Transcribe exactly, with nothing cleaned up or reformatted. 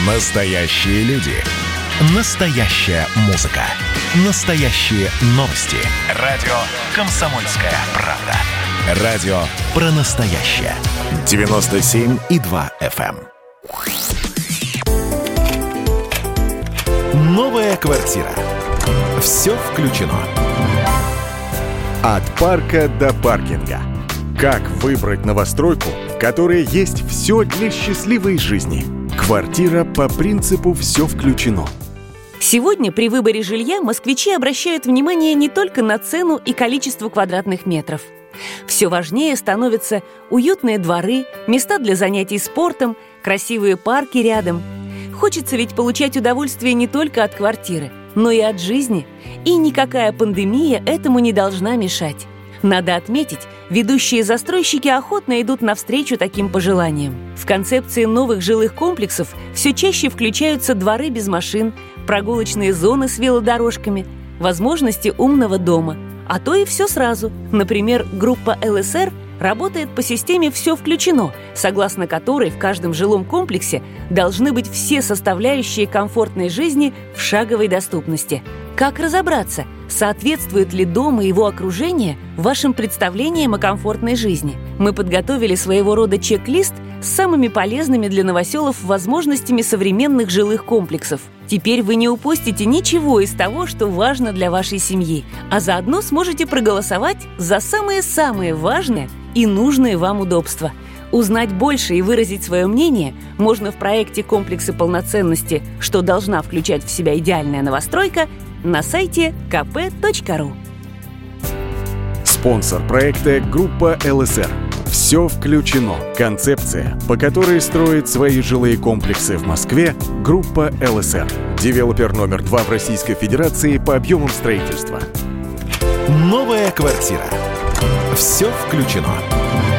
Настоящие люди. Настоящая музыка. Настоящие новости. Радио «Комсомольская правда». Радио про настоящее. девяносто семь и два эф эм. Новая квартира. Все включено. От парка до паркинга. Как выбрать новостройку, в которой есть все для счастливой жизни? Квартира по принципу «все включено». Сегодня при выборе жилья москвичи обращают внимание не только на цену и количество квадратных метров. Все важнее становятся уютные дворы, места для занятий спортом, красивые парки рядом. Хочется ведь получать удовольствие не только от квартиры, но и от жизни. И никакая пандемия этому не должна мешать. Надо отметить, ведущие застройщики охотно идут навстречу таким пожеланиям. В концепции новых жилых комплексов все чаще включаются дворы без машин, прогулочные зоны с велодорожками, возможности умного дома. А то и все сразу. Например, группа эл эс эр работает по системе «все включено», согласно которой в каждом жилом комплексе должны быть все составляющие комфортной жизни в шаговой доступности. Как разобраться, соответствует ли дом и его окружение вашим представлениям о комфортной жизни? Мы подготовили своего рода чек-лист с самыми полезными для новоселов возможностями современных жилых комплексов. Теперь вы не упустите ничего из того, что важно для вашей семьи, а заодно сможете проголосовать за самые-самые важные и нужные вам удобства. Узнать больше и выразить свое мнение можно в проекте «Комплексы полноценности. Что должна включать в себя идеальная новостройка» на сайте ка пэ точка ру. Спонсор проекта – группа эл эс эр. Все включено. Концепция, по которой строит свои жилые комплексы в Москве, группа эл эс эр. Девелопер номер два в Российской Федерации по объемам строительства. Новая квартира. Все включено.